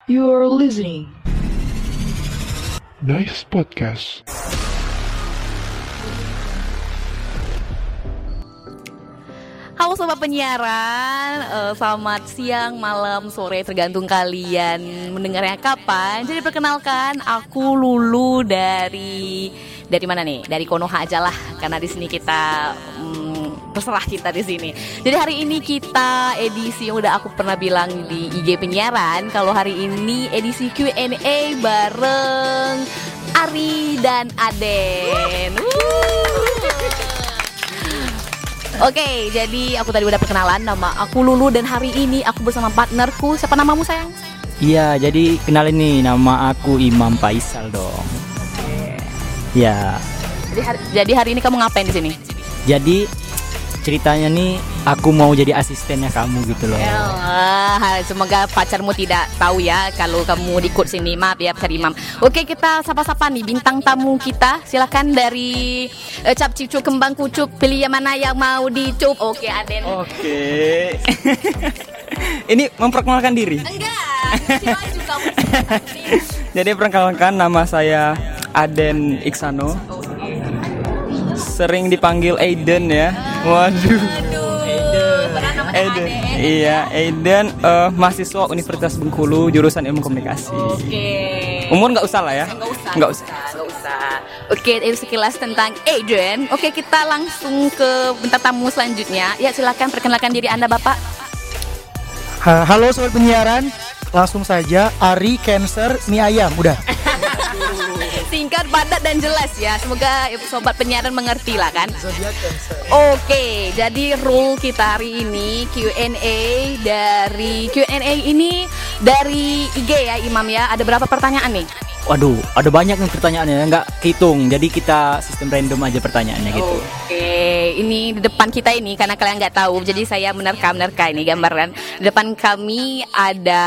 You're listening. Nice podcast. Halo sobat penyiaran, selamat siang, malam, sore, tergantung kalian mendengarnya kapan. Jadi perkenalkan, aku Lulu dari mana nih? Dari Konoha aja lah, karena di sini kita terserah kita di sini. Jadi hari ini kita edisi yang udah aku pernah bilang di IG penyiaran, kalau hari ini edisi Q&A bareng Ari dan Aden. Oke, jadi aku tadi udah perkenalan, nama aku Lulu dan hari ini aku bersama partnerku. Siapa namamu sayang? Iya, jadi kenalin nih, nama aku Imam Faisal dong. Ya. Jadi hari ini kamu ngapain di sini? Jadi ceritanya nih, aku mau jadi asistennya kamu gitu loh. Semoga pacarmu tidak tahu ya kalau kamu ikut sini. Maaf ya Pacar Imam. Oke, kita sapa-sapa nih bintang tamu kita. Silakan dari cap cucuk kembang kucuk, pilih yang mana yang mau dicup. Oke, Aden. Oke. Ini memperkenalkan diri. Enggak. Maju kamu. Jadi perkenalkan, nama saya Aden Iksano. Sering dipanggil Aiden ya. Waduh. Aiden. Iya, Aiden mahasiswa Universitas Bengkulu jurusan Ilmu Komunikasi. Oke. Umur nggak usah lah ya. Nggak usah. Oke, itu sekilas tentang Aiden. Oke, kita langsung ke bintang tamu selanjutnya. Ya, silakan perkenalkan diri Anda, Bapak. Halo sobat penyiaran, langsung saja Ari Cancer mie ayam, udah. Singkat, padat dan jelas ya. Semoga sobat penyiaran mengerti lah kan. Oke, jadi rule kita hari ini Q&A ini dari IG ya Imam ya. Ada berapa pertanyaan nih? Waduh, ada banyak nih pertanyaannya, nggak hitung. Jadi kita sistem random aja pertanyaannya gitu. Oke, ini di depan kita ini karena kalian nggak tahu, jadi saya menerka ini gambaran. Di depan kami ada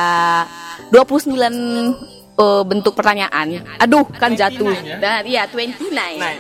29 bentuk pertanyaan. Aduh, kan jatuh. Dan iya, 29.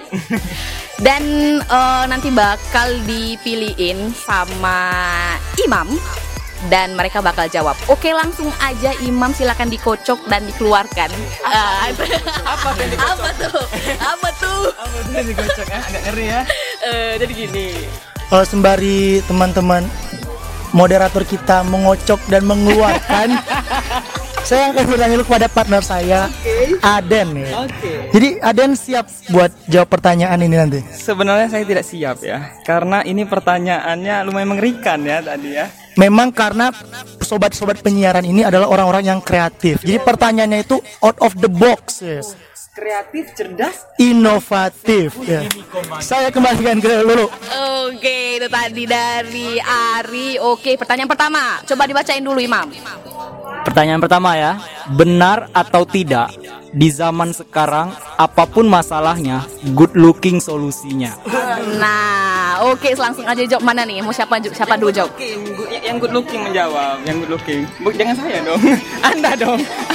Dan nanti bakal dipilihin sama Imam dan mereka bakal jawab. Oke, langsung aja Imam, silakan dikocok dan dikeluarkan. Apa tuh? Apa tuh yang dikocok ya? Agak ngeri ya. Jadi gini. Sembari teman-teman moderator kita mengocok dan mengeluarkan, saya akan bertanya dulu kepada partner saya, Aden ya. Jadi Aden siap buat jawab pertanyaan ini nanti? Sebenarnya saya tidak siap ya, karena ini pertanyaannya lumayan mengerikan ya tadi ya. Memang karena sobat-sobat penyiaran ini adalah orang-orang yang kreatif. Jadi pertanyaannya itu out of the box ya. Kreatif, cerdas, inovatif ya. Saya kembalikan ke Lulu. Oke, itu tadi dari Ari. Oke, pertanyaan pertama, coba dibacain dulu Imam. Pertanyaan pertama ya, benar atau tidak di zaman sekarang apapun masalahnya good looking solusinya? Nah, oke, langsung aja jawab. Mana nih? Mau siapa dulu jawab? Yang good looking menjawab, yang good looking. Jangan saya dong. Anda dong.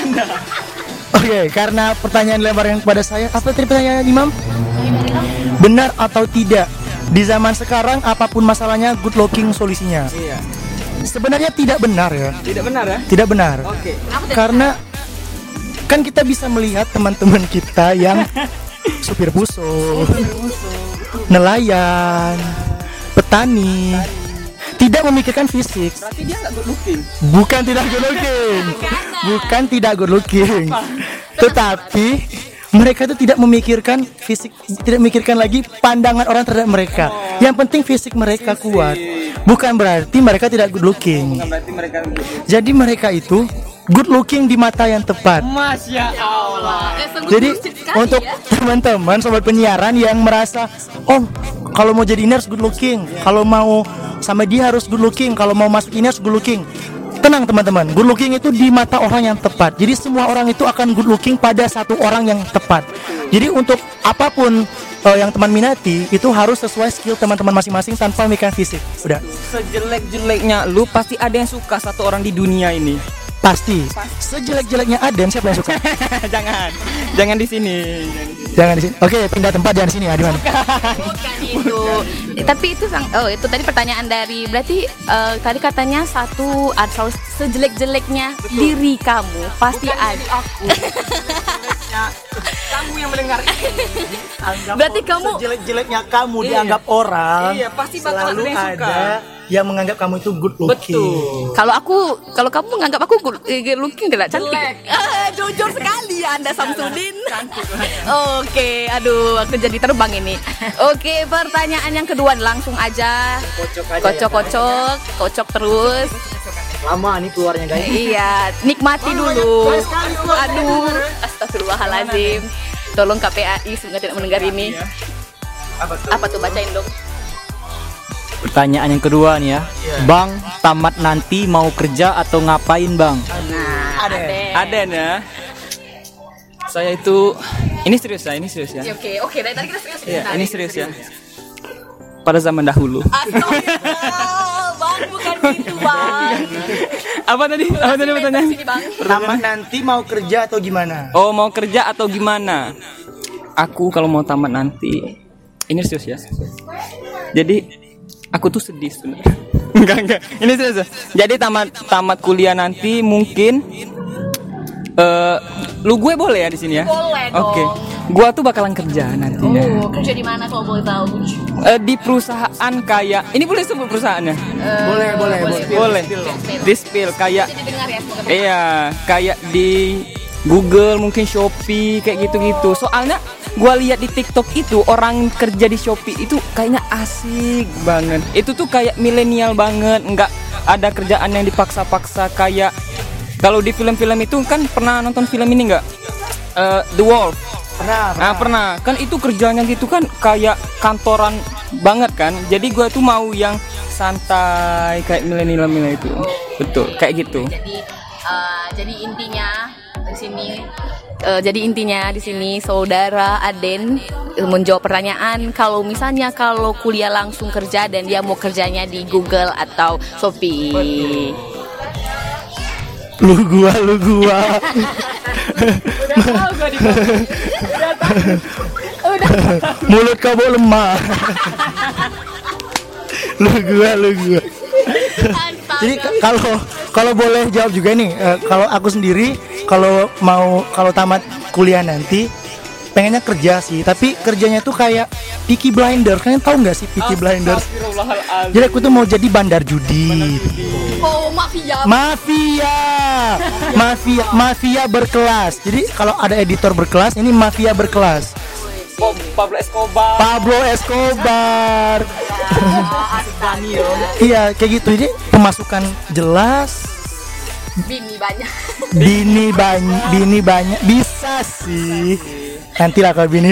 Oke, karena pertanyaan lebaran kepada saya, apa tadi pertanyaan Imam? Benar atau tidak di zaman sekarang apapun masalahnya good looking solusinya? Iya. Sebenarnya tidak benar ya. Tidak benar ya? Tidak benar. Oke. Karena kan kita bisa melihat teman-teman kita yang supir buso, nelayan, petani, tidak memikirkan fisik. Berarti dia nggak good looking? Bukan tidak good looking. Bukan tidak good looking. Tetapi mereka itu tidak memikirkan fisik, tidak memikirkan lagi pandangan orang terhadap mereka. Yang penting fisik mereka kuat. Bukan berarti mereka tidak good looking. Jadi mereka itu good looking di mata yang tepat. Masya Allah. Jadi untuk teman-teman sobat penyiaran yang merasa, oh kalau mau jadi ini harus good looking, kalau mau sama dia harus good looking, kalau mau masuk ini harus good looking. Tenang teman-teman, good looking itu di mata orang yang tepat. Jadi semua orang itu akan good looking pada satu orang yang tepat. Jadi untuk apapun yang teman minati itu harus sesuai skill teman-teman masing-masing tanpa memikirkan fisik. Udah. Sejelek-jeleknya lu pasti ada yang suka satu orang di dunia ini. Pasti. Sejelek-jeleknya Aden siapa yang suka? Jangan di sini. Jangan di sini. Oke, pindah tempat, jangan di sini ya, di mana? Bukan itu. Tapi itu itu tadi pertanyaan dari berarti tadi katanya satu atau sejelek-jeleknya diri kamu pasti ada. Kamu yang mendengarkan. Berarti kamu jelek-jeleknya kamu dianggap orang. Iya, pasti bakal selalu ada yang suka. ada yang menganggap kamu itu good looking. Betul. kalau kamu menganggap aku good looking tidak cantik. Jujur sekali Anda Samsudin. Oke, aduh aku jadi terbang ini. Oke, pertanyaan yang kedua langsung aja. Kocok terus. Lama nih keluarnya guys. Iya, nikmati dulu. Aduh, astagfirullahalazim. Tolong KPAI semoga tidak mendengar ini. Apa tuh bacain dong. Pertanyaan yang kedua nih ya. Bang, tamat nanti mau kerja atau ngapain bang? Nah, Aden ya. Saya itu ini serius ya. Oke, dari tadi kita serius. Iya, ini serius ya. Pada zaman dahulu. Astagfirullah, Bang, bukan gitu, Bang. Apa tadi pertanyaan? Sini, Bang. Tamat nanti mau kerja atau gimana? Oh, mau kerja atau gimana? Aku kalau mau tamat nanti, ini serius ya. Jadi aku tuh sedih sebenarnya. Enggak. Ini serius ya. Jadi tamat kuliah nanti mungkin lu gue boleh ya di sini ya? Boleh dong. Oke. Gua tuh bakalan kerja nantinya. Oh, kerja di mana kalau boleh tahu? Di perusahaan kayak ini boleh sebut perusahaannya? Boleh. Di spill kayak Jadi dengar ya semoga. iya, kayak di Google mungkin Shopee kayak gitu-gitu. Soalnya gua lihat di TikTok itu orang kerja di Shopee itu kayaknya asik banget. Itu tuh kayak milenial banget, nggak ada kerjaan yang dipaksa-paksa kayak kalau di film-film itu kan pernah nonton film ini nggak? The Wolf. Pernah. Kan itu kerjanya gitu kan kayak kantoran banget kan. Jadi gue tuh mau yang santai kayak milenial itu. Betul, kayak gitu. Jadi intinya di sini saudara Aden menjawab pertanyaan kalau misalnya kalau kuliah langsung kerja dan dia mau kerjanya di Google atau Shopee. Lu gua. Mulut kamu lemah. Lu gua. Jadi kalau boleh jawab juga nih, kalau aku sendiri kalau tamat kuliah nanti pengennya kerja sih, tapi kerjanya tuh kayak Peaky Blinders. Kalian tahu nggak sih Peaky Blinders? Jadi aku tuh mau jadi bandar judi. Oh, Mafia berkelas. Jadi kalau ada editor berkelas, ini mafia berkelas. Pablo Escobar. Iya, kayak gitu. Jadi pemasukan jelas. Bini banyak. Bisa sih. Nantilah kalau bini.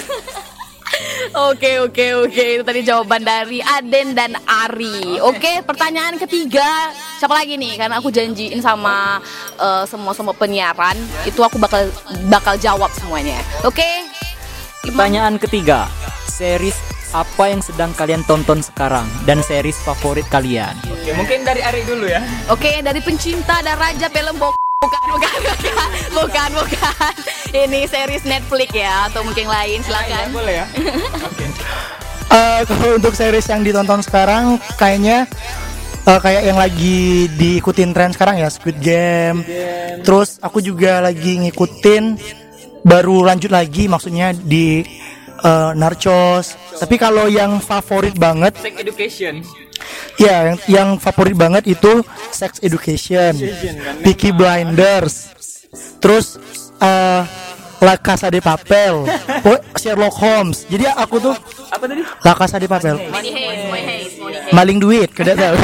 Oke. Itu tadi jawaban dari Aden dan Ari. Oke, pertanyaan ketiga. Siapa lagi nih? Karena aku janjiin sama semua penyiaran, itu aku bakal jawab semuanya. Oke. Pertanyaan ketiga. Series apa yang sedang kalian tonton sekarang dan series favorit kalian? Oke, mungkin dari Ari dulu ya. Oke, dari pencinta dan raja film bukan. Ini series Netflix ya atau mungkin lain, silakan. Boleh ya. Kalau untuk series yang ditonton sekarang kayaknya kayak yang lagi diikutin tren sekarang ya, Squid Game. Terus aku juga lagi ngikutin baru lanjut lagi maksudnya di Narcos. Tapi kalau yang favorit banget Sex Education. ya, yang favorit banget itu Sex Education, Peaky Blinders. Terus La Casa de Papel, Sherlock Holmes. Jadi aku tuh Apa tadi? La Casa de Papel. Money Heist. Maling duit, kada tahu.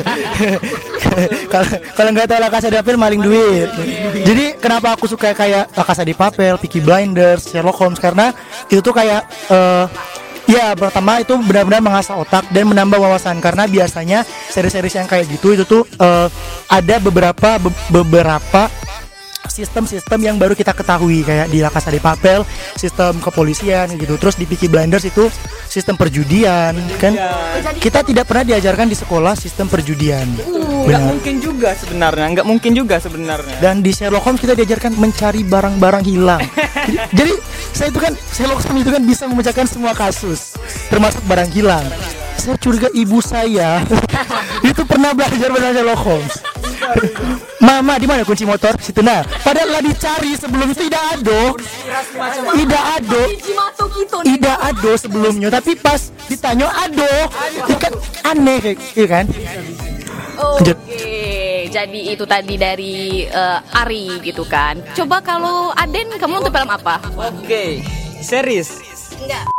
Kalau nggak tahu La Casa de Papel maling duit. Jadi kenapa aku suka kayak La Casa de Papel, Peaky Blinders, Sherlock Holmes, karena itu tuh kayak ya pertama itu benar-benar mengasah otak dan menambah wawasan, karena biasanya seri-seri yang kayak gitu itu tuh ada beberapa sistem-sistem yang baru kita ketahui, kayak di La Casa de Papel sistem kepolisian gitu, terus di Peaky Blinders itu sistem perjudian kan. Kita tidak pernah diajarkan di sekolah sistem perjudian. Nggak mungkin juga sebenarnya. Dan di Sherlock Holmes kita diajarkan mencari barang-barang hilang. Jadi Sherlock Holmes itu kan bisa memecahkan semua kasus termasuk barang hilang. saya curiga ibu saya itu pernah belajar Sherlock Holmes. Mama, di mana kunci motor? Situ nah. Padahal lah dicari sebelum itu tidak ada sebelumnya. Tapi pas ditanya ada, kan aneh kayak gitu kan. Lanjut. Jadi itu tadi dari Ari gitu kan. Coba kalau Aden, kamu nonton film apa? Oke, series. Enggak.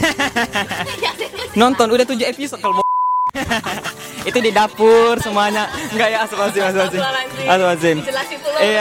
Nonton udah 7 episode kalau itu di dapur semuanya. Enggak ya, asal-asal. Jelasin dulu. Iya.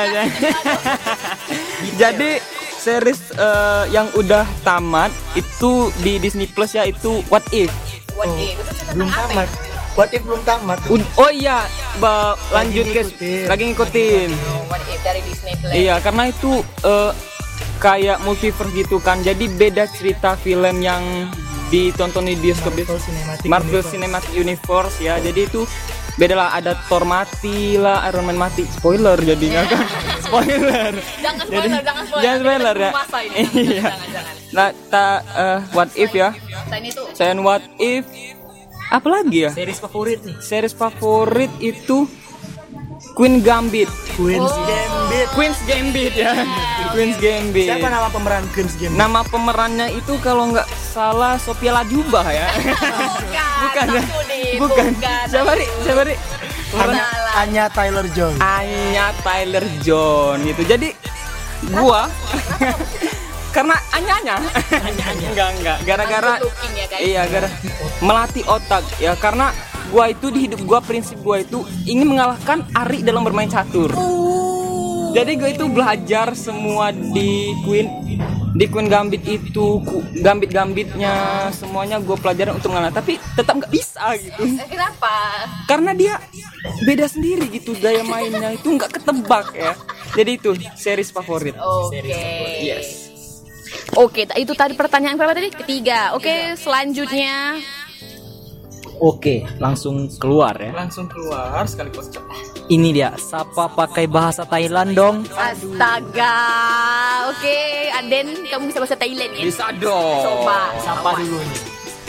Jadi series yang udah tamat itu di Disney Plus ya, itu What If. What If? Itu Belum tentang apa tamat. What If belum tamat. Oh iya, lanjut guys. Lagi ngikutin. What If dari Disney Plus. Iya, karena itu kayak multiverse gitu kan. Jadi beda cerita film yang ditonton di bioskop Marvel Cinematic Universe ya. Jadi itu beda lah, ada Thor mati lah, Iron Man mati. Spoiler jadinya kan. Spoiler. Jangan Jangan spoiler ya. Masa ini. Iya. Jangan. Nah, What If ya. Selain itu. Saya What If. Apa lagi ya? Series favorit nih. Series favorit itu Queen Gambit. Queen's Gambit Ya. Queen's Gambit. Siapa nama pemeran Queen's Gambit? Nama pemerannya itu kalau nggak salah Sophia Latjuba ya. Bukan ya? Bukan. Siapa ri? Anya Taylor-Joy. Anya Taylor-Joy gitu. Jadi gua karena Anyanya. Enggak. Gara-gara iya, gara melatih otak ya, karena gua itu di hidup gua, prinsip gua itu ingin mengalahkan Ari dalam bermain catur. Jadi gue itu belajar semua di Queen Gambit itu, gambitnya semuanya gue pelajarin untuk mengalahkan, tapi tetap nggak bisa gitu. Kenapa? Karena dia beda sendiri gitu, gaya mainnya itu nggak ketebak ya. Jadi itu series favorit. Oke. Yes. Oke, itu tadi pertanyaan berapa tadi? Ketiga. Oke, selanjutnya. Oke, langsung keluar ya. Langsung keluar sekali kocok. Ini dia, sapa pakai bahasa Thailand dong. Astaga. Oke, Aden, kamu bisa bahasa Thailand ya? Bisa dong. Coba. Sapa dulu nih.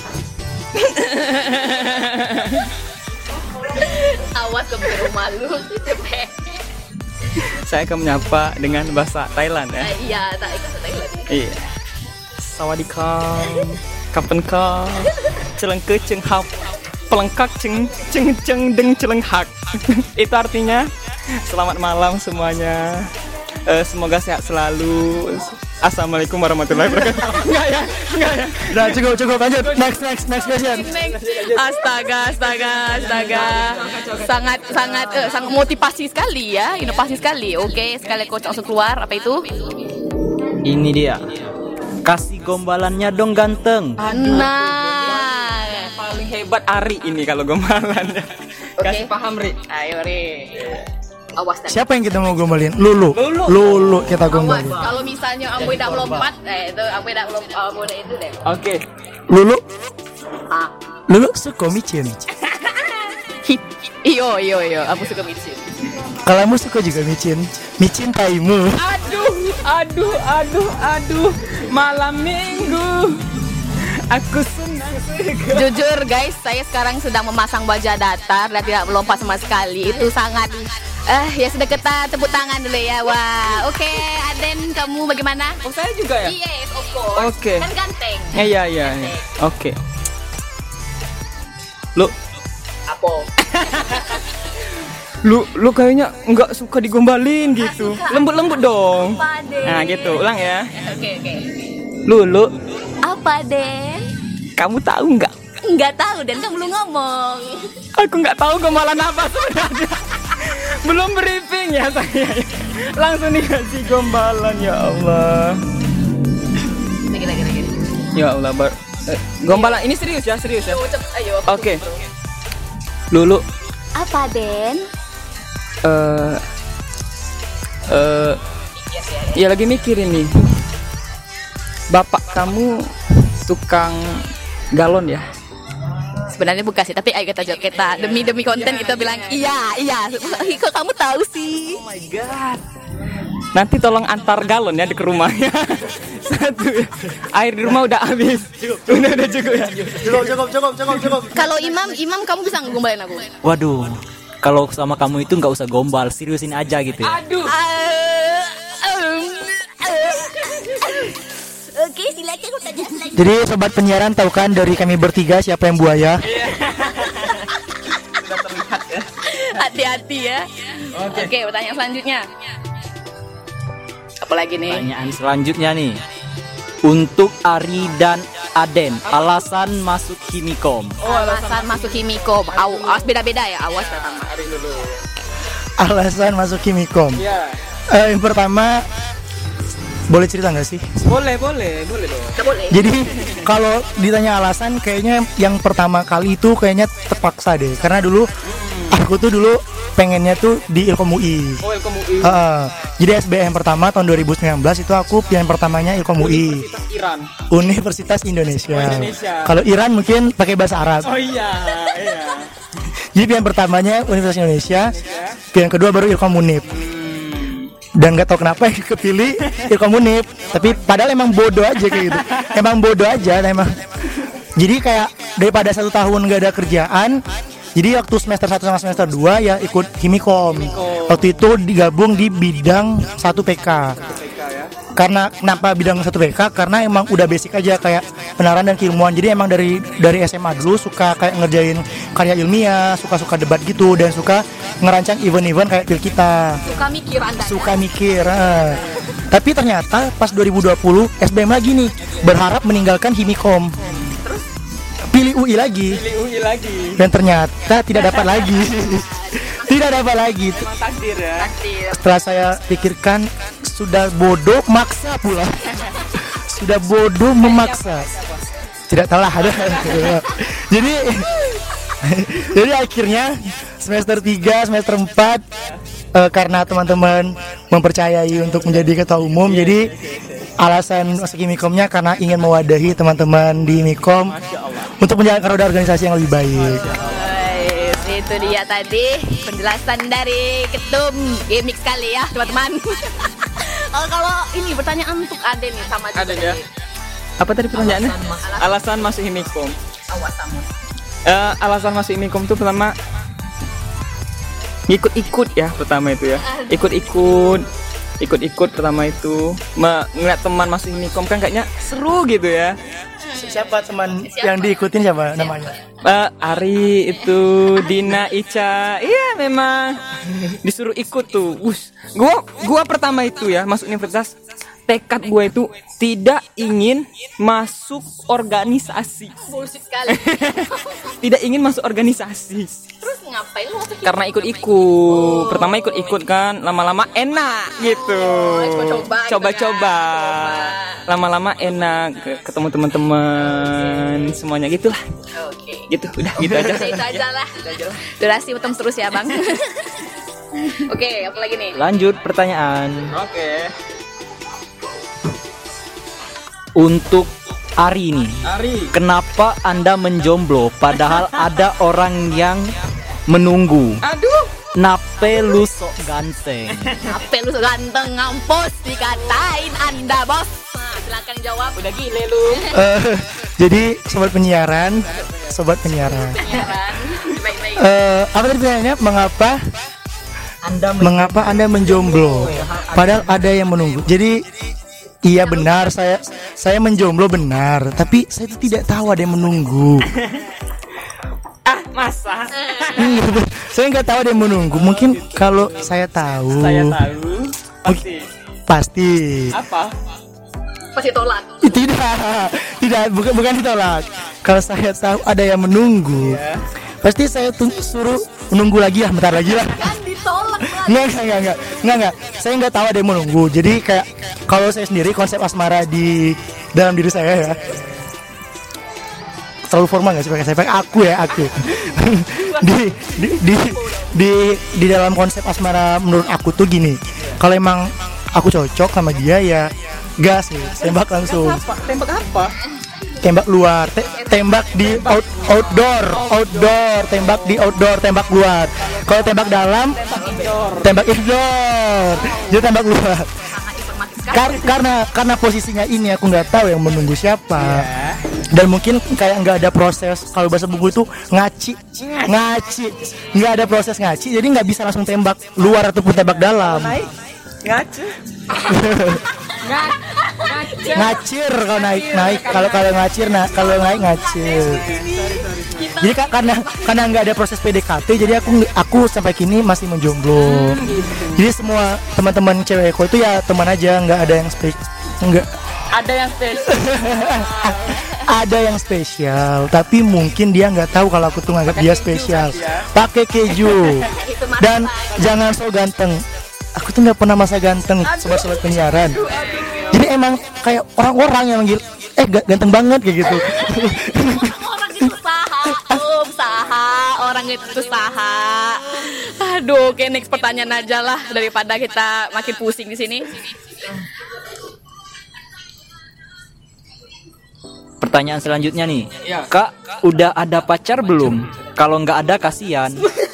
Awas kamu malu. Saya akan menyapa dengan bahasa Thailand ya. Iya, tak itu bahasa Thailand. Iya. Sawadikam. Kapan ka? Celengke ceng hap. Pelengkak ceng deng celenghak. Itu artinya selamat malam semuanya. Semoga sehat selalu. Assalamualaikum warahmatullahi wabarakatuh. Enggak ya. Udah cukup lanjut. Next question. Astaga. Sangat motivasi sekali ya, inovasi sekali. Oke, sekali coach langsung keluar. Apa itu? Ini dia. Kasih gombalannya dong ganteng. Nah. Paling hebat Ari ini kalau gombalannya. Kasih paham Ri. Ayo Ri. Awas dan. Siapa yang kita mau gombalin? Lulu kita Awas, gombalin. kalau misalnya Amboy tidak melompat, itu Amboy tidak melompat itu deh. Oke. Lulu suka micin. Iyo, aku suka micin. Kalau kamu suka juga micin taimu. Aduh. Malam minggu. Aku senang sekali. Jujur guys, saya sekarang sedang memasang baja datar dan tidak melompat sama sekali. Itu sangat ya sudah, kita tepuk tangan dulu ya. Wah, oke. Aden, kamu bagaimana? Oh, saya juga ya? Yes, of course. Oke. Kan ganteng. Iya. Oke. Lu kayaknya nggak suka digombalin gitu. Lembut dong. Apa, Den? Nah, gitu. Ulang ya. Oke. Lulu, Apa, Den? kamu tahu nggak? Nggak tahu, Dan kamu belum ngomong. Aku nggak tahu gombalan apa sebenarnya. Belum briefing ya saya. Langsung dikasih gombalan, ya Allah. Lagi. Ya Allah, gombalan ini serius ya. Ayo. Oke. Lulu, Apa, Den? ya lagi mikirin nih. Bapak kamu tukang galon ya? Sebenarnya bukan sih, tapi ayo kita jawab, kita demi konten kita bilang iya. Kok kamu tahu sih? Oh my god. Nanti tolong antar galon ya ke rumahnya. Satu. Air di rumah udah habis. Udah cukup ya. Cukup. Kalau Imam kamu bisa ngegombalin aku? Waduh, kalau sama kamu itu nggak usah gombal, seriusin aja gitu ya. Aduh. Oke, silakan aku tanya lagi. Jadi sobat penyiaran tahu kan dari kami bertiga siapa yang buaya? Hati-hati ya. Oke, pertanyaan selanjutnya. Apa lagi nih? Pertanyaan selanjutnya nih. Untuk Ari dan Aden, alasan masuk Himikom. Alasan masuk Himikom. Awas beda-beda ya, awas pertama. Alasan masuk Himikom. Ya. Yang pertama, boleh cerita nggak sih? Boleh dong. Boleh. Jadi kalau ditanya alasan, kayaknya yang pertama kali itu kayaknya terpaksa deh. Karena dulu aku tuh dulu pengennya tuh di Ilkom UI. Oh, Ilkom UI. Jadi SBM pertama tahun 2019 itu aku pilihan pertamanya Ilkom UI. Iran. Universitas Indonesia. Indonesia. Kalau Iran mungkin pakai bahasa Arab. Oh iya. Jadi pilihan pertamanya Universitas Indonesia. Pilihan kedua baru Ilkom Unip. Dan nggak tahu kenapa yang kepilih Ilkom Unip. Tapi padahal emang bodoh aja kayak gitu. Emang bodoh aja emang. Jadi kayak daripada 1 tahun nggak ada kerjaan, jadi waktu semester 1 sama semester 2 ya ikut Himikom. Waktu itu digabung di bidang 1 PK. Karena kenapa bidang 1 PK? Karena emang udah basic aja kayak penerapan dan keilmuan. Jadi emang dari SMA dulu suka kayak ngerjain karya ilmiah, suka debat gitu, dan suka ngerancang event-event kayak pil kita. Suka mikir Anda. Suka mikir. Tapi ternyata pas 2020 SBM lagi nih, berharap meninggalkan Himikom. Pilih UI lagi. Dan ternyata tidak dapat lagi. Tidak dapat lagi. Takdir ya. Setelah saya pikirkan, sudah bodoh maksa pula. Sudah bodoh memaksa. Tidak salah ada. Jadi akhirnya semester 3, semester 4 karena teman-teman mempercayai untuk menjadi ketua umum, jadi alasan masuk Himikomnya karena ingin mewadahi teman-teman di Himikom untuk menjalankan roda organisasi yang lebih baik. Guys, itu dia tadi penjelasan dari ketum gimmick sekali ya teman-teman. Kalau ini pertanyaan untuk Aden nih sama juga. Aden ya. Apa tadi pertanyaannya? Alasan masuk Himikom. Alasan masuk Himikom itu pertama ngikut-ikut ya, pertama itu ya. Ikut-ikut pertama itu ngeliat teman masuk Himikom kan kayaknya seru gitu ya. Siapa teman yang diikutin, siapa namanya? Ari itu, Dina, Ica. Iya memang disuruh ikut tuh. Gua pertama itu ya masuk universitas, tekad gue itu tidak ingin masuk organisasi. Bullshit sekali. Tidak ingin masuk organisasi. Terus ngapain lu masuk? Karena ikut-ikut. Pertama ikut-ikut kan, lama-lama enak gitu. Coba-coba. Lama-lama enak, ketemu teman-teman, semuanya gitulah. Oke. Gitu, udah gitu aja. Itu aja lah. Durasi utang terus ya, Bang. Oke, apa lagi nih? Lanjut pertanyaan. Oke. Untuk Ari nih. Ari. Kenapa Anda menjomblo padahal ada orang yang menunggu? Aduh. Nape lu sok ganteng? Apa lu ganteng ngampus dikatain Anda, Bos? Nah, silakan jawab. Udah gile lu. Jadi sobat penyiaran. Baik-baik. Apa tadi pertanyaannya? Mengapa Anda menjomblo padahal ada yang menunggu? Jadi iya benar, saya menjomblo benar, tapi saya itu tidak tahu ada yang menunggu. Masa? Saya nggak tahu ada yang menunggu. Mungkin kalau saya tahu. Pasti. Apa? Pasti tolak. Tidak, bukan ditolak. Kalau saya tahu ada yang menunggu, pasti saya suruh menunggu lagi lah, bentar lagi lah. Kan ditolak. Enggak. Saya nggak tahu ada yang menunggu. Jadi kayak kalau saya sendiri konsep asmara di dalam diri saya ya. Terlalu formal nggak sih pakai saya? Aku di dalam konsep asmara menurut aku tuh gini. Kalau emang aku cocok sama dia ya gas nih, tembak langsung. Tembak apa? Tembak luar, tembak di outdoor, tembak di outdoor, tembak luar. Kalau tembak dalam, tembak indoor. Jadi tembak luar. Sangat informatif karena posisinya ini aku nggak tahu yang menunggu siapa. Dan mungkin kayak nggak ada proses, kalau bahasa buku itu ngaci, nggak ada proses ngaci, jadi nggak bisa langsung tembak luar ataupun tembak dalam. Ngacir kalau naik kalau ngacir, kalau naik ngacir. Jadi karena nggak ada proses PDKT, jadi aku sampai kini masih menjomblo. Jadi semua teman-teman cewekku itu ya teman aja, nggak ada yang ada yang spesial, tapi mungkin dia nggak tahu kalau aku tuh nganggap dia spesial. Pakai keju. Dan jangan so ganteng. Aku tuh nggak pernah masa ganteng, sobat-sobat penyiaran. Jadi emang kayak orang-orang yang manggil, ganteng banget kayak gitu. Orang itu saha. Aduh, oke, next pertanyaan aja lah daripada kita makin pusing di sini. Pertanyaan selanjutnya nih, Kak, udah ada pacar belum? Kalau nggak ada kasihan.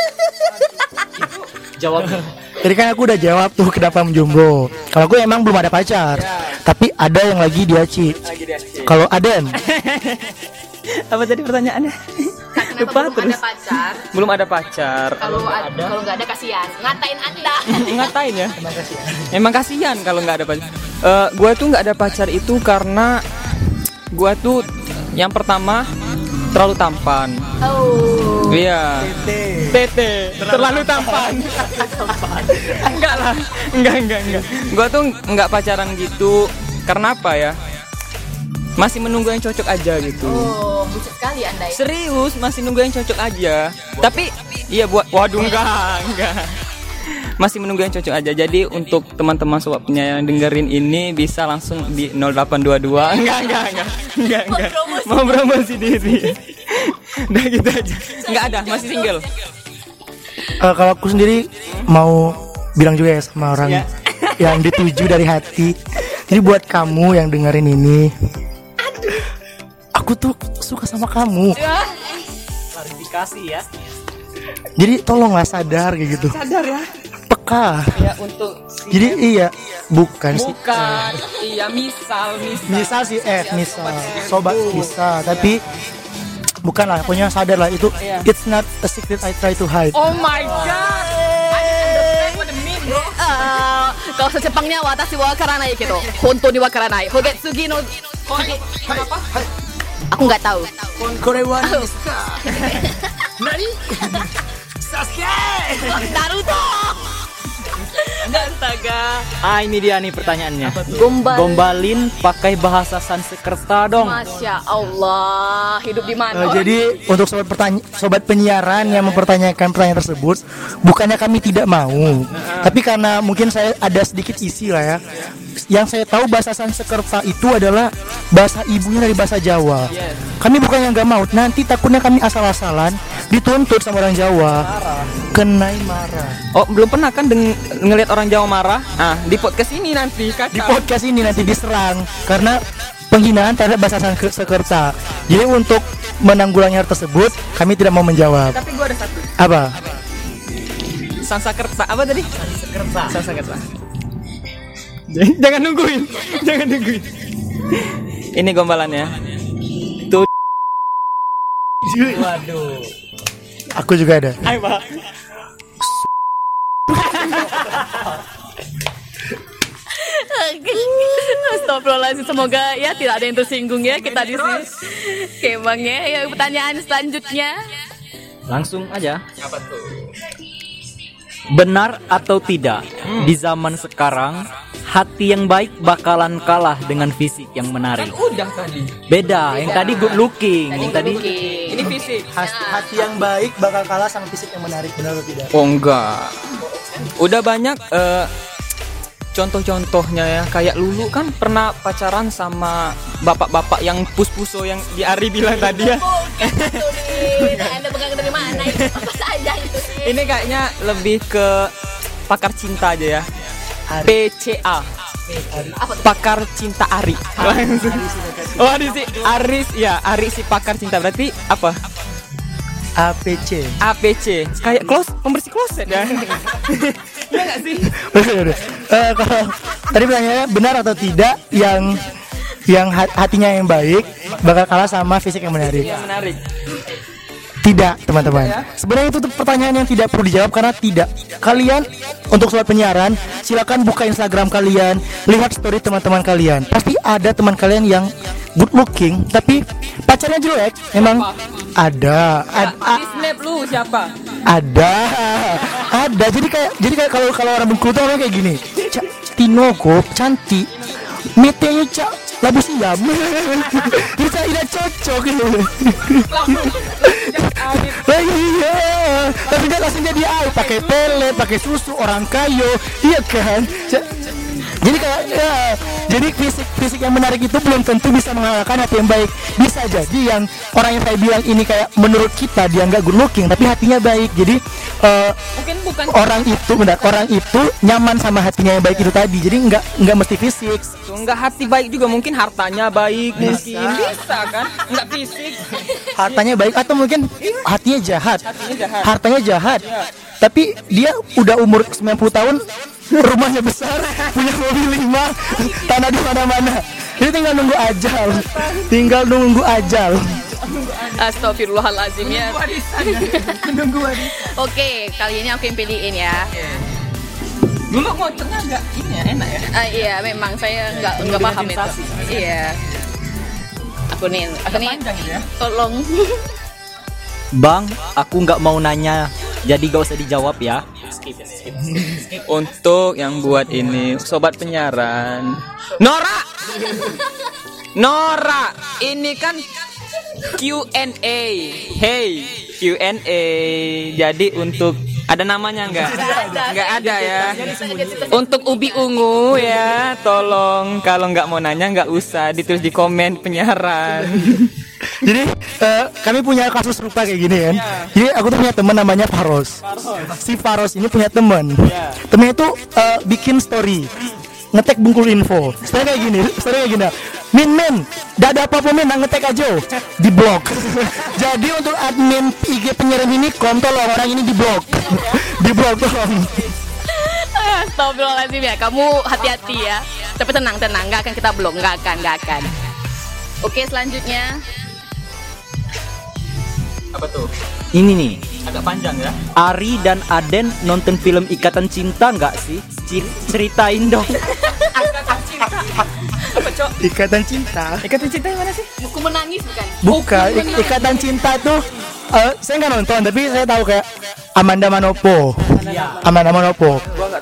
Jawab. Jadi kan aku udah jawab tuh kenapa menjomblo. Kalau aku emang belum ada pacar, tapi ada yang lagi diaci. Kalau Aden, Apa tadi pertanyaannya? Lupa terus. Ada pacar. Belum ada pacar. Kalau nggak ada kasihan. Ngatain Anda. Ngatain ya? Emang kasihan kalau nggak ada pacar. Gue tuh nggak ada pacar itu karena gue tuh yang pertama terlalu tampan. Oh. Iya. Tete. Terlalu tampan. Enggak lah. Enggak. Gue tuh nggak pacaran gitu. Karena apa ya? Masih menunggu yang cocok aja gitu. Oh, buset sekali Anda ya. Serius, masih nunggu yang cocok aja. Tapi iya waduh enggak. Masih menunggu yang cocok aja. Jadi untuk teman-teman sobat penyayang yang dengerin ini bisa langsung di 0822. Enggak. Mau promosi diri. Udah gitu aja. Enggak ada, masih single. Kalau aku sendiri mau bilang juga ya sama orang yang dituju dari hati. Jadi buat kamu yang dengerin ini, aku tuh suka sama kamu. Klarifikasi ya. Jadi tolonglah sadar kayak gitu. Sadar ya. Peka. Ya untuk Jadi iya, bukan sih. Iya misal. Misal sih misal sobat bisa, tapi bukan lah, pokoknya sadar lah itu. It's not a secret I try to hide. Oh my god. Kalau Jepangnya watashi wa wakaranai gitu. Hontou ni wakaranai. Hogetsugi no Kenapa? Aku nggak tahu. Korewa. Nani? Sasuke. Naruto. Astaga. Ini dia nih pertanyaannya. Gombal. Gombalin pakai bahasa Sanskerta dong. Masya Allah, hidup di mana? Jadi untuk sobat penyiaran yang mempertanyakan pertanyaan tersebut, bukannya kami tidak mau, tapi karena mungkin saya ada sedikit isi lah ya. Yang saya tahu bahasa Sanskerta itu adalah bahasa ibunya dari bahasa Jawa. Kami bukan yang nggak mau, nanti takutnya kami asal-asalan dituntut sama orang Jawa, kenai marah. Oh, belum pernah kan ngelihat orang Jawa marah? Ah, di podcast ini nanti kacau. Di podcast ini nanti diserang karena penghinaan terhadap bahasa Sanskerta. Jadi untuk menanggulangi hal tersebut, kami tidak mau menjawab. Tapi gua ada satu. Apa? Sanskerta apa tadi? Sanskerta. Jangan nungguin. Ini gombalannya. Tuh. Waduh. Aku juga ada. Ayo, Pak. Astagfirullahaladzim, semoga ya tidak ada yang tersinggung ya kita di sini. Oke, Bang ya, pertanyaan selanjutnya. Langsung aja. Benar atau tidak, di zaman sekarang hati yang baik bakalan kalah dengan fisik yang menarik. Udah tadi. Beda, yang tadi good looking, yang tadi Ini fisik. Hati yang baik bakal kalah sama fisik yang menarik, benar atau tidak? Oh enggak. Udah banyak contoh-contohnya ya. Kayak Lulu kan pernah pacaran sama bapak-bapak yang pus-puso yang di Ari bilang tadi ya. Anda pegang dari mana itu? Apa saja itu sih? Ini kayaknya lebih ke pakar cinta aja ya. PCA. Pakar cinta Ari. Oh, Ari sih. Aris ya, Ari si pakar cinta. Berarti apa? APC. APC. Kayak pembersih kloset ya. Enggak sih? Kalau tadi pertanyaannya benar atau tidak yang hatinya yang baik bakal kalah sama fisik yang menarik? Yang menarik. Tidak, teman-teman. Sebenarnya itu tuh pertanyaan yang tidak perlu dijawab karena tidak. Kalian untuk sobat penyiaran, silakan buka Instagram kalian, lihat story teman-teman kalian. Pasti ada teman kalian yang good looking tapi pacarnya jelek. Memang ada. Di snap lu siapa? Ada. Jadi kayak kalau orang Bengkulu tuh orang kayak gini. Tino kok cantik. Metenya cak labu siam. Kita tidak cocok gitu. Iya. Tapi dia langsung jadi pakai pelet, pakai susu orang kayo. Iya kan? Jadi kayak jadi fisik yang menarik itu belum tentu bisa mengalahkan hati yang baik. Bisa jadi yang orang yang saya bilang ini kayak menurut kita dia nggak good looking tapi hatinya baik. Jadi Mungkin bukan orang itu nyaman sama hatinya yang baik itu tadi. Jadi nggak mesti fisik. enggak hati baik juga, mungkin hartanya baik mungkin. Bisa kan? Enggak fisik. Hartanya baik atau mungkin hatinya jahat. Hartanya jahat. Ya. Tapi dia udah umur 90 tahun, rumahnya besar, punya mobil 5, tanah di mana-mana. Dia tinggal nunggu ajal. Astagfirullahalazim ya. Oke, kali ini aku yang pilihin ya. Dulu ngocoknya enggak ini ya, enak ya. Iya, memang saya nggak paham itu. Iya. Aku nih, Panjang gitu ya. tolong. Bang, aku nggak mau nanya, jadi gak usah dijawab ya. Untuk yang buat ini sobat penyiaran, Nora, ini kan Q&A. Hey, Q&A. Jadi untuk ada namanya nggak? Nggak ada ya. Untuk Ubi Ungu ya, tolong kalau nggak mau nanya nggak usah ditulis di komen penyiaran. Jadi kami punya kasus serupa kayak gini kan. Jadi aku tuh punya teman namanya Faros. Si Faros ini punya teman. Temennya itu bikin story, ngetek Bengkulu Info. Story kayak gini. Min, gak ada apa-apa min, ngetek aja. Di blok. Jadi untuk admin IG penyiaran ini, tolong orang ini di blok. Di blok tolong. Astagfirullahaladzim ya, kamu hati-hati ya. Tapi tenang, nggak akan kita blok, nggak akan. Oke, selanjutnya. Apa tuh? Ini nih, Agak panjang ya. Ari dan Aden nonton film Ikatan Cinta nggak sih? Ceritain dong. Apa cok? Ikatan cinta. Ikatan cinta yang mana sih? Buku menangis bukan? Bukan, Ikatan Cinta tuh saya nggak nonton tapi saya tahu kayak Amanda Manopo. Amanda Manopo.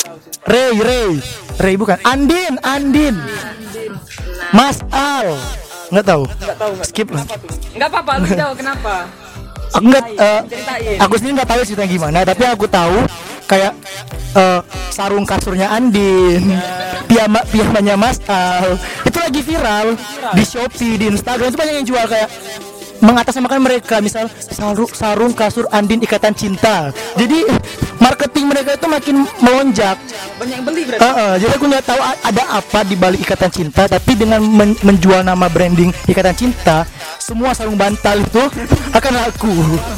Ray bukan. Andin. Mas Al. Nggak tahu. Skip lah. Enggak apa-apa, lu jawab kenapa? Aku nggak Ceritain. aku sendiri nggak tahu ceritanya gimana tapi aku tahu kayak sarung kasurnya Andin, piyamanya Mas Al itu lagi viral di Shopee, di Instagram itu banyak yang jual kayak mengatasnamakan mereka, misal sarung kasur Andin Ikatan Cinta. Jadi marketing mereka itu makin melonjak. Banyak yang beli berarti. Jadi aku nggak tahu ada apa di balik Ikatan Cinta, tapi dengan menjual nama branding Ikatan Cinta, semua sarung bantal itu akan laku.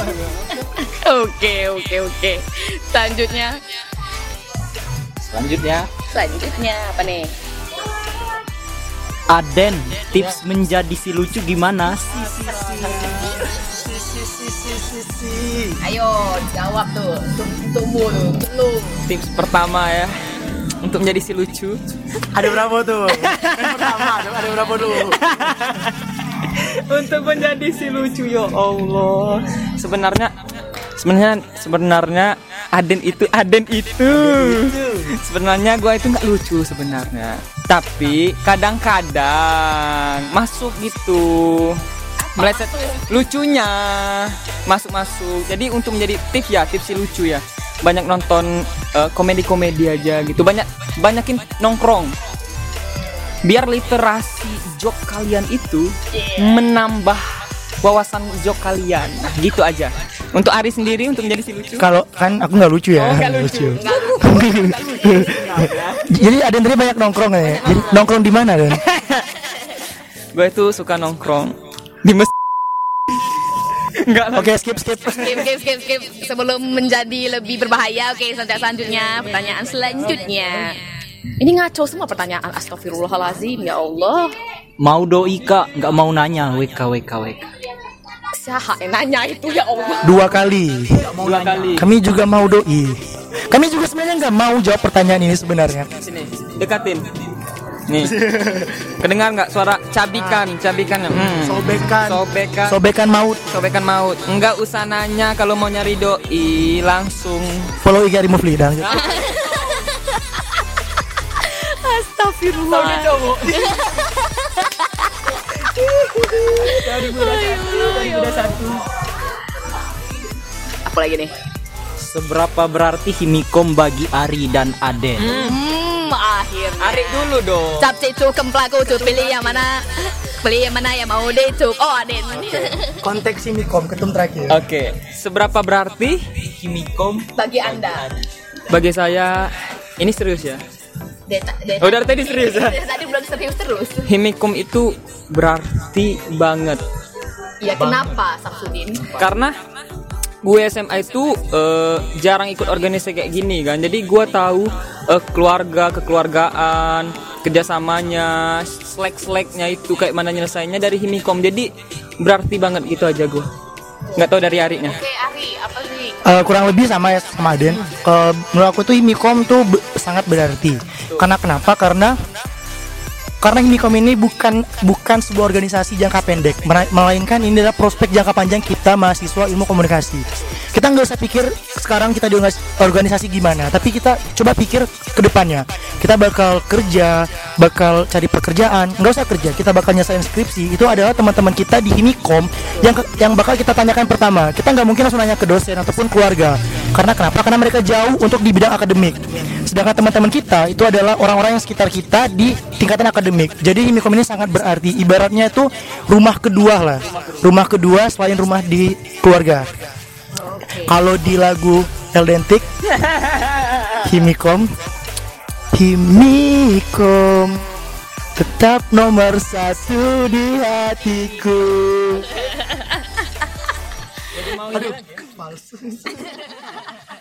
Oke. Selanjutnya apa nih? Aden, tips menjadi si lucu gimana? Ayo jawab tuh, untukmu lu. Tips pertama ya untuk menjadi si lucu. Ada berapa tuh? Pertama, ada berapa dulu? Untuk menjadi si lucu, ya Allah. Sebenarnya Aden itu sebenarnya gue itu nggak lucu sebenarnya, tapi kadang-kadang masuk gitu meleset lucunya masuk. Jadi untuk menjadi tips si lucu ya, banyak nonton komedi aja gitu, banyakin nongkrong biar literasi joke kalian itu menambah wawasan joke kalian. Nah, gitu aja. Untuk Ari sendiri untuk menjadi si lucu. Kalau kan aku nggak lucu ya. Nggak lucu. Jadi ada yang tadi banyak nongkrong ya. Jadi nongkrong di mana Dan? Gue itu suka nongkrong di Enggak lah. Oke, skip. Skip. Sebelum menjadi lebih berbahaya. Oke, selanjutnya. Pertanyaan selanjutnya. Ini ngaco semua pertanyaan. Astagfirullahalazim, ya Allah. Mau doi kak, nggak mau nanya. WK. Siapa yang nanya itu, ya Allah. 2 kali. 2 kali. Kami juga mau doi. Kami juga sebenarnya nggak mau jawab pertanyaan ini sebenarnya. Sini, dekatin. Nih. Kedengar nggak suara cabikan? Sobekan maut. Sobekan maut. Enggak usah nanya kalau mau nyari doi, langsung Follow IG Remove Lidang. Astagfirullah. Apa lagi nih? Seberapa berarti Himikom bagi Ari dan Aden? Akhirnya. Arik dulu dong. Capcik cukem pelaku cu, pilih yang mana? Pilih yang mana yang mau deh cuk. Oh, Aden. Konteks Himikom ketum terakhir. Oke, seberapa berarti Himikom Bagi Anda. bagi saya? Ini serius ya? Deta. Oh, dari tadi serius ya? Tadi belum serius terus. Himikom itu berarti banget. Ya kenapa Samsudin? Karena gue SMA itu jarang ikut organisasi kayak gini kan. Jadi gue tahu kekeluargaan, kerjasamanya, slack-slacknya itu kayak mana nyelesainya dari Himikom. Jadi berarti banget gitu aja gue. Nggak tahu dari Arinya. Oke, Ari, apa sih? Kurang lebih sama ya sama Aden. Menurut aku tuh Himikom tuh sangat berarti. Karena kenapa? Karena Himikom ini bukan sebuah organisasi jangka pendek, melainkan ini adalah prospek jangka panjang kita mahasiswa ilmu komunikasi. Kita nggak usah pikir sekarang kita di organisasi gimana, tapi kita coba pikir ke depannya. Kita bakal kerja, bakal cari pekerjaan, nggak usah kerja, kita bakal nyelesain skripsi. Itu adalah teman-teman kita di Himikom yang bakal kita tanyakan pertama. Kita nggak mungkin langsung nanya ke dosen ataupun keluarga. Karena kenapa? Karena mereka jauh untuk di bidang akademik. Sedangkan teman-teman kita itu adalah orang-orang yang sekitar kita di tingkatan akademik. Jadi Himikom ini sangat berarti. Ibaratnya itu rumah kedua lah. Rumah kedua selain rumah di keluarga. Kalau di lagu Eldentik, Himikom tetap nomor 1 di hatiku. Aduh, palsu.